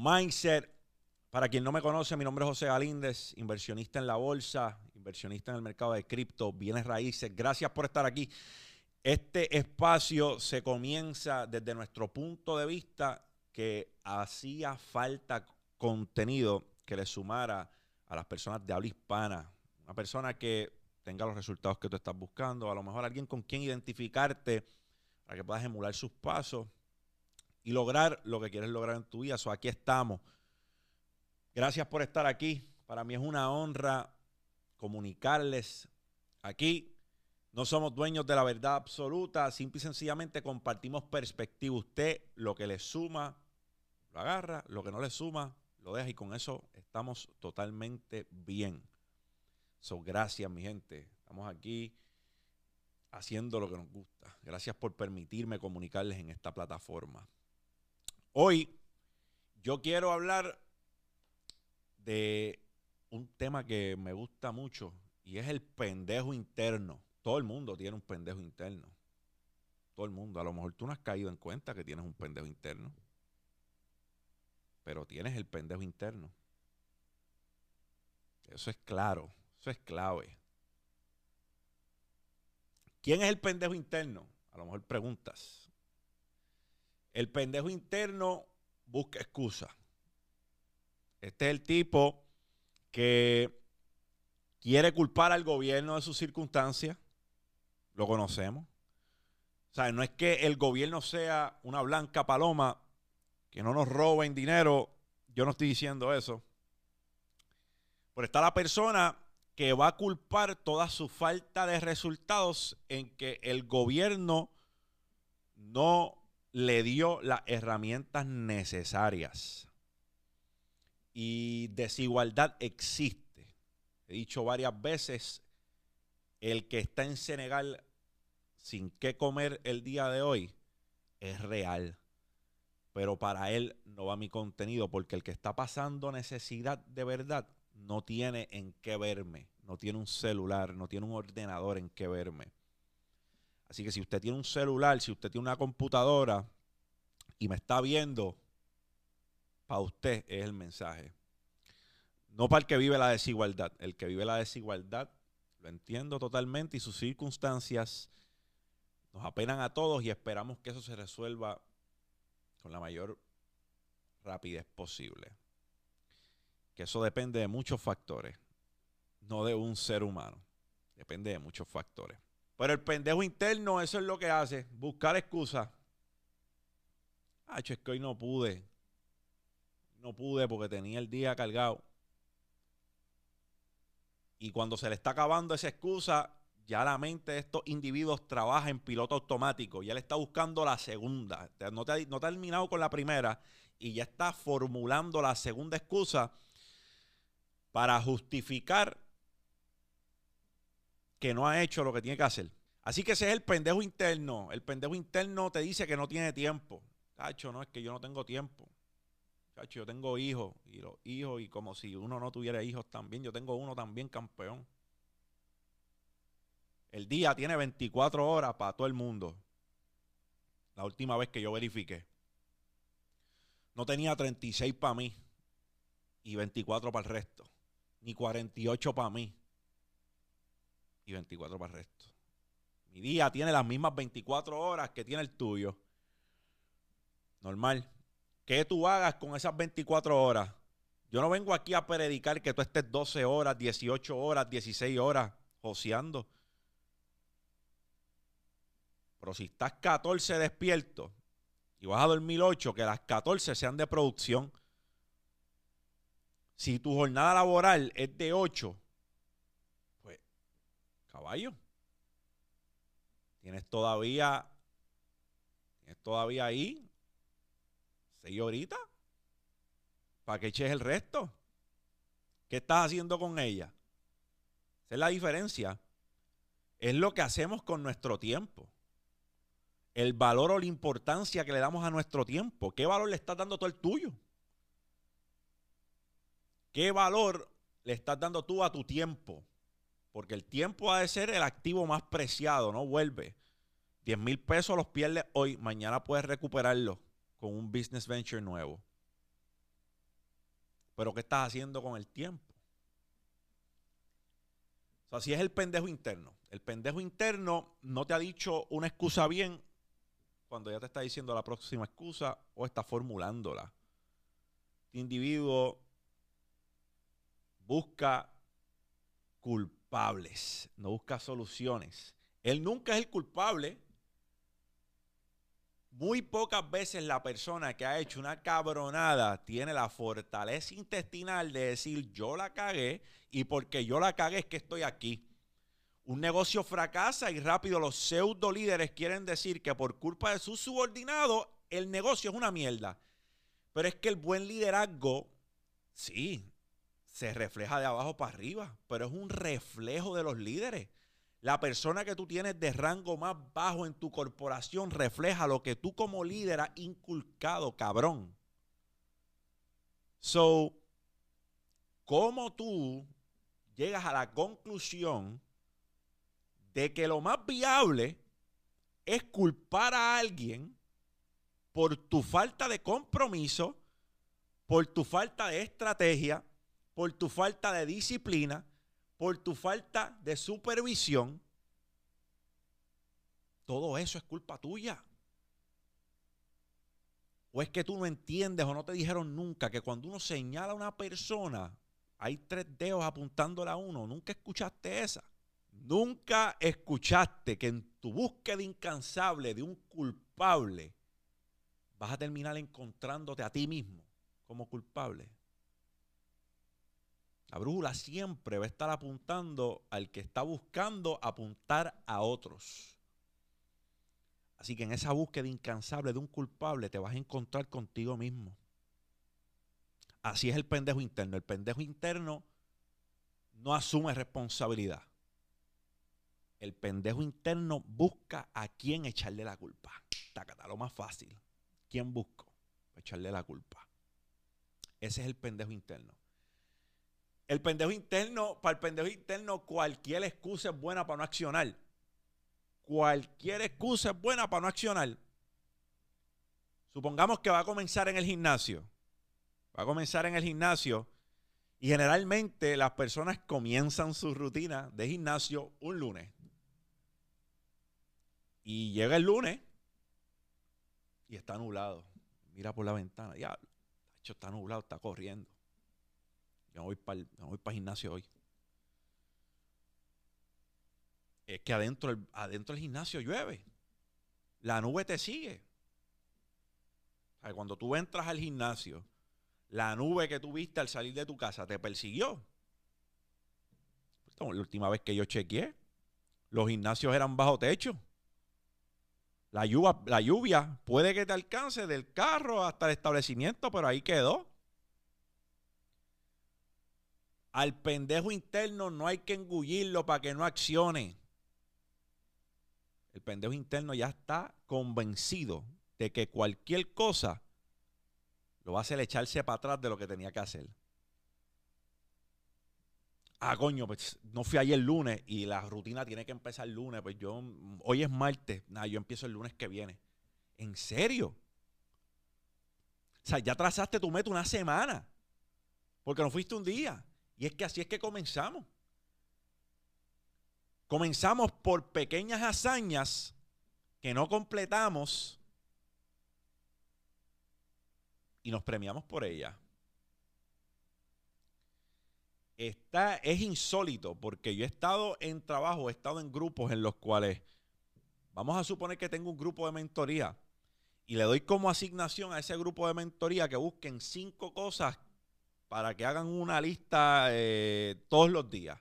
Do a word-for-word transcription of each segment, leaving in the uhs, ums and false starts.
Mindset. Para quien no me conoce, mi nombre es José Galíndez, inversionista en la bolsa, inversionista en el mercado de cripto, bienes raíces. Gracias por estar aquí. Este espacio se comienza desde nuestro punto de vista que hacía falta contenido que le sumara a las personas de habla hispana. Una persona que tenga los resultados que tú estás buscando, a lo mejor alguien con quien identificarte para que puedas emular sus pasos y lograr lo que quieres lograr en tu vida. So, aquí estamos. Gracias por estar aquí. Para mí es una honra comunicarles aquí. No somos dueños de la verdad absoluta. Simple y sencillamente compartimos perspectiva. Usted lo que le suma, lo agarra. Lo que no le suma, lo deja. Y con eso estamos totalmente bien. So, gracias, mi gente. Estamos aquí haciendo lo que nos gusta. Gracias por permitirme comunicarles en esta plataforma. Hoy yo quiero hablar de un tema que me gusta mucho y es el pendejo interno. Todo el mundo tiene un pendejo interno. Todo el mundo. A lo mejor tú no has caído en cuenta que tienes un pendejo interno, pero tienes el pendejo interno. Eso es claro. Eso es clave. ¿Quién es el pendejo interno? A lo mejor preguntas. El pendejo interno busca excusa. Este es el tipo que quiere culpar al gobierno de sus circunstancias. Lo conocemos. O sea, no es que el gobierno sea una blanca paloma, que no nos roben dinero. Yo no estoy diciendo eso. Pero está la persona que va a culpar toda su falta de resultados en que el gobierno no le dio las herramientas necesarias. Y desigualdad existe. He dicho varias veces, el que está en Senegal sin qué comer el día de hoy es real. Pero para él no va mi contenido, porque el que está pasando necesidad de verdad no tiene en qué verme. No tiene un celular, no tiene un ordenador en qué verme. Así que si usted tiene un celular, si usted tiene una computadora y me está viendo, para usted es el mensaje. No para el que vive la desigualdad. El que vive la desigualdad, lo entiendo totalmente, y sus circunstancias nos apenan a todos y esperamos que eso se resuelva con la mayor rapidez posible. Que eso depende de muchos factores, no de un ser humano. Depende de muchos factores. Pero el pendejo interno, eso es lo que hace, buscar excusas. Ah, es que hoy no pude. No pude porque tenía el día cargado. Y cuando se le está acabando esa excusa, ya la mente de estos individuos trabaja en piloto automático. Ya le está buscando la segunda. No te ha, no te ha terminado con la primera y ya está formulando la segunda excusa para justificar que no ha hecho lo que tiene que hacer. Así que ese es el pendejo interno. El pendejo interno te dice que no tiene tiempo. Cacho, no, es que yo no tengo tiempo. Cacho, yo tengo hijos, y los hijos, y como si uno no tuviera hijos también. Yo tengo uno también, campeón. El día tiene veinticuatro horas para todo el mundo. La última vez que yo verifiqué. No tenía treinta y seis para mí y veinticuatro para el resto. Ni cuarenta y ocho para mí y veinticuatro para el resto. Mi día tiene las mismas veinticuatro horas que tiene el tuyo. Normal. ¿Qué tú hagas con esas veinticuatro horas? Yo no vengo aquí a predicar que tú estés doce horas, dieciocho horas, dieciséis horas joseando. Pero si estás catorce despierto y vas a dormir ocho, que las catorce sean de producción. Si tu jornada laboral es de ocho, pues, caballo, tienes todavía, tienes todavía ahí seis horitas para que eches el resto. ¿Qué estás haciendo con ella? Esa es la diferencia. Es lo que hacemos con nuestro tiempo. El valor o la importancia que le damos a nuestro tiempo. ¿Qué valor le estás dando tú al tuyo? ¿Qué valor le estás dando tú a tu tiempo? Porque el tiempo ha de ser el activo más preciado, no vuelve. diez mil pesos los pierdes hoy, mañana puedes recuperarlos con un business venture nuevo. Pero ¿qué estás haciendo con el tiempo? O sea, si es el pendejo interno. El pendejo interno no te ha dicho una excusa bien cuando ya te está diciendo la próxima excusa o está formulándola. Este individuo busca culpables, no busca soluciones. Él nunca es el culpable. Muy pocas veces la persona que ha hecho una cabronada tiene la fortaleza intestinal de decir yo la cagué y porque yo la cagué es que estoy aquí. Un negocio fracasa y rápido los pseudo líderes quieren decir que por culpa de sus subordinados el negocio es una mierda. Pero es que el buen liderazgo, sí, se refleja de abajo para arriba, pero es un reflejo de los líderes. La persona que tú tienes de rango más bajo en tu corporación refleja lo que tú como líder has inculcado, cabrón. So, ¿cómo tú llegas a la conclusión de que lo más viable es culpar a alguien por tu falta de compromiso, por tu falta de estrategia, por tu falta de disciplina, por tu falta de supervisión? Todo eso es culpa tuya. ¿O es que tú no entiendes o no te dijeron nunca que cuando uno señala a una persona hay tres dedos apuntándole a uno? ¿Nunca escuchaste esa? Nunca escuchaste que en tu búsqueda incansable de un culpable vas a terminar encontrándote a ti mismo como culpable. La brújula siempre va a estar apuntando al que está buscando apuntar a otros. Así que en esa búsqueda incansable de un culpable te vas a encontrar contigo mismo. Así es el pendejo interno. El pendejo interno no asume responsabilidad. El pendejo interno busca a quién echarle la culpa. Tacata, lo más fácil. ¿Quién busco? Echarle la culpa. Ese es el pendejo interno. El pendejo interno, para el pendejo interno, cualquier excusa es buena para no accionar. Cualquier excusa es buena para no accionar. Supongamos que va a comenzar en el gimnasio. Va a comenzar en el gimnasio y generalmente las personas comienzan su rutina de gimnasio un lunes. Y llega el lunes y está nublado. Mira por la ventana. Diablo, está nublado, está corriendo. Yo no voy para el, no voy para el gimnasio hoy. Es que adentro, adentro del gimnasio llueve. La nube te sigue. O sea, cuando tú entras al gimnasio, la nube que tú viste al salir de tu casa te persiguió. La última vez que yo chequeé, los gimnasios eran bajo techo. La lluvia, la lluvia puede que te alcance del carro hasta el establecimiento, pero ahí quedó. Al pendejo interno no hay que engullirlo para que no accione. El pendejo interno ya está convencido de que cualquier cosa lo va a hacer echarse para atrás de lo que tenía que hacer. Ah, coño, pues no fui ayer el lunes y la rutina tiene que empezar el lunes. Pues yo, hoy es martes, nada, yo empiezo el lunes que viene. ¿En serio? O sea, ya trazaste tu meta una semana porque no fuiste un día. Y es que así es que comenzamos. Comenzamos por pequeñas hazañas que no completamos y nos premiamos por ellas. Está, es insólito porque yo he estado en trabajo, he estado en grupos en los cuales, vamos a suponer que tengo un grupo de mentoría y le doy como asignación a ese grupo de mentoría que busquen cinco cosas para que hagan una lista eh, todos los días.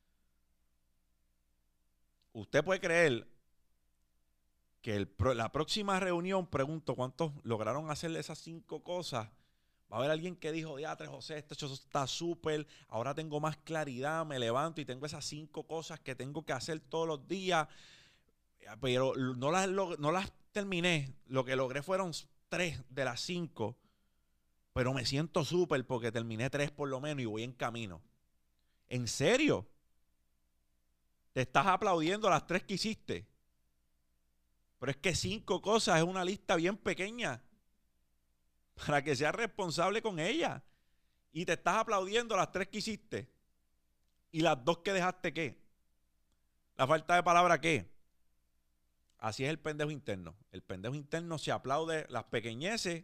Usted puede creer que el, la próxima reunión, pregunto cuántos lograron hacerle esas cinco cosas. Va a haber alguien que dijo, diatre, José, esto está súper, ahora tengo más claridad, me levanto y tengo esas cinco cosas que tengo que hacer todos los días, pero no las, no las terminé. Lo que logré fueron tres de las cinco, pero me siento súper porque terminé tres por lo menos y voy en camino. ¿En serio? Te estás aplaudiendo las tres que hiciste. Pero es que cinco cosas es una lista bien pequeña para que seas responsable con ella. Y te estás aplaudiendo las tres que hiciste. ¿Y las dos que dejaste qué? ¿La falta de palabra qué? Así es el pendejo interno. El pendejo interno se aplaude las pequeñeces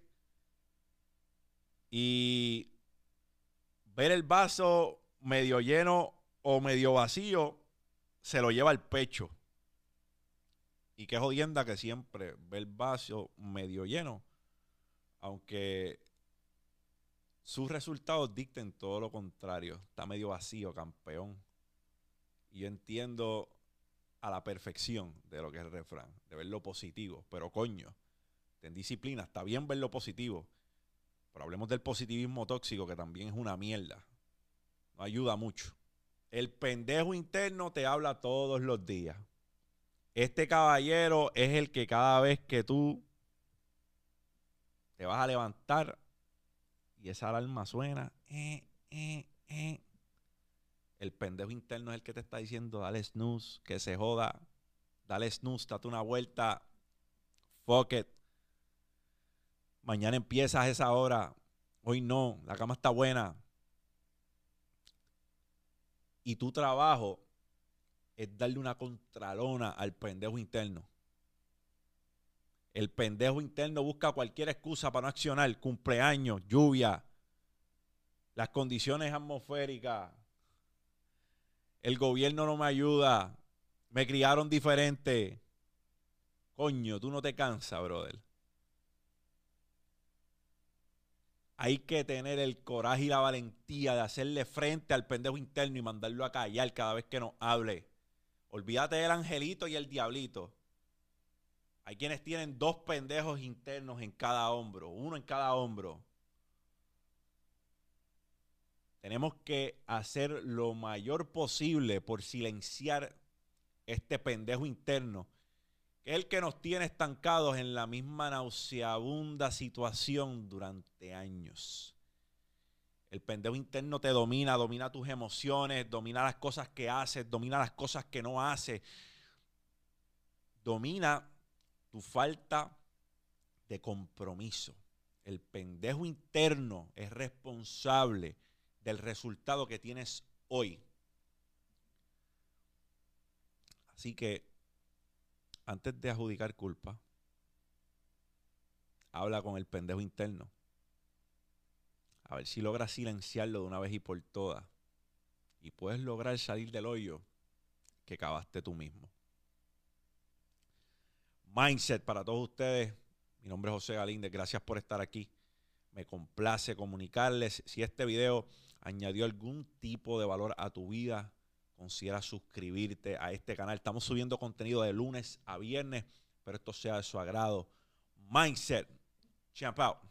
y ver el vaso medio lleno o medio vacío se lo lleva al pecho. Y qué jodienda que siempre ve el vaso medio lleno, aunque sus resultados dicten todo lo contrario. Está medio vacío, campeón. Y yo entiendo a la perfección de lo que es el refrán, de ver lo positivo. Pero coño, ten disciplina, está bien ver lo positivo. Pero hablemos del positivismo tóxico, que también es una mierda. No ayuda mucho. El pendejo interno te habla todos los días. Este caballero es el que cada vez que tú te vas a levantar y esa alarma suena, eh, eh, eh, el pendejo interno es el que te está diciendo, dale snooze, que se joda, dale snooze, date una vuelta, fuck it. Mañana empiezas a esa hora, hoy no, la cama está buena. Y tu trabajo es darle una contralona al pendejo interno. El pendejo interno busca cualquier excusa para no accionar. Cumpleaños, lluvia, las condiciones atmosféricas, el gobierno no me ayuda, me criaron diferente. Coño, tú no te cansas, brother. Hay que tener el coraje y la valentía de hacerle frente al pendejo interno y mandarlo a callar cada vez que nos hable. Olvídate del angelito y el diablito. Hay quienes tienen dos pendejos internos en cada hombro, uno en cada hombro. Tenemos que hacer lo mayor posible por silenciar este pendejo interno, que es el que nos tiene estancados en la misma nauseabunda situación durante años. El pendejo interno te domina, domina tus emociones, domina las cosas que haces, domina las cosas que no haces, domina tu falta de compromiso. El pendejo interno es responsable del resultado que tienes hoy. Así que, antes de adjudicar culpa, habla con el pendejo interno. A ver si logras silenciarlo de una vez y por todas. Y puedes lograr salir del hoyo que cavaste tú mismo. Mindset para todos ustedes. Mi nombre es José Galíndez. Gracias por estar aquí. Me complace comunicarles. Si este video añadió algún tipo de valor a tu vida, considera suscribirte a este canal. Estamos subiendo contenido de lunes a viernes. Espero esto sea de su agrado. Mindset. Champ out.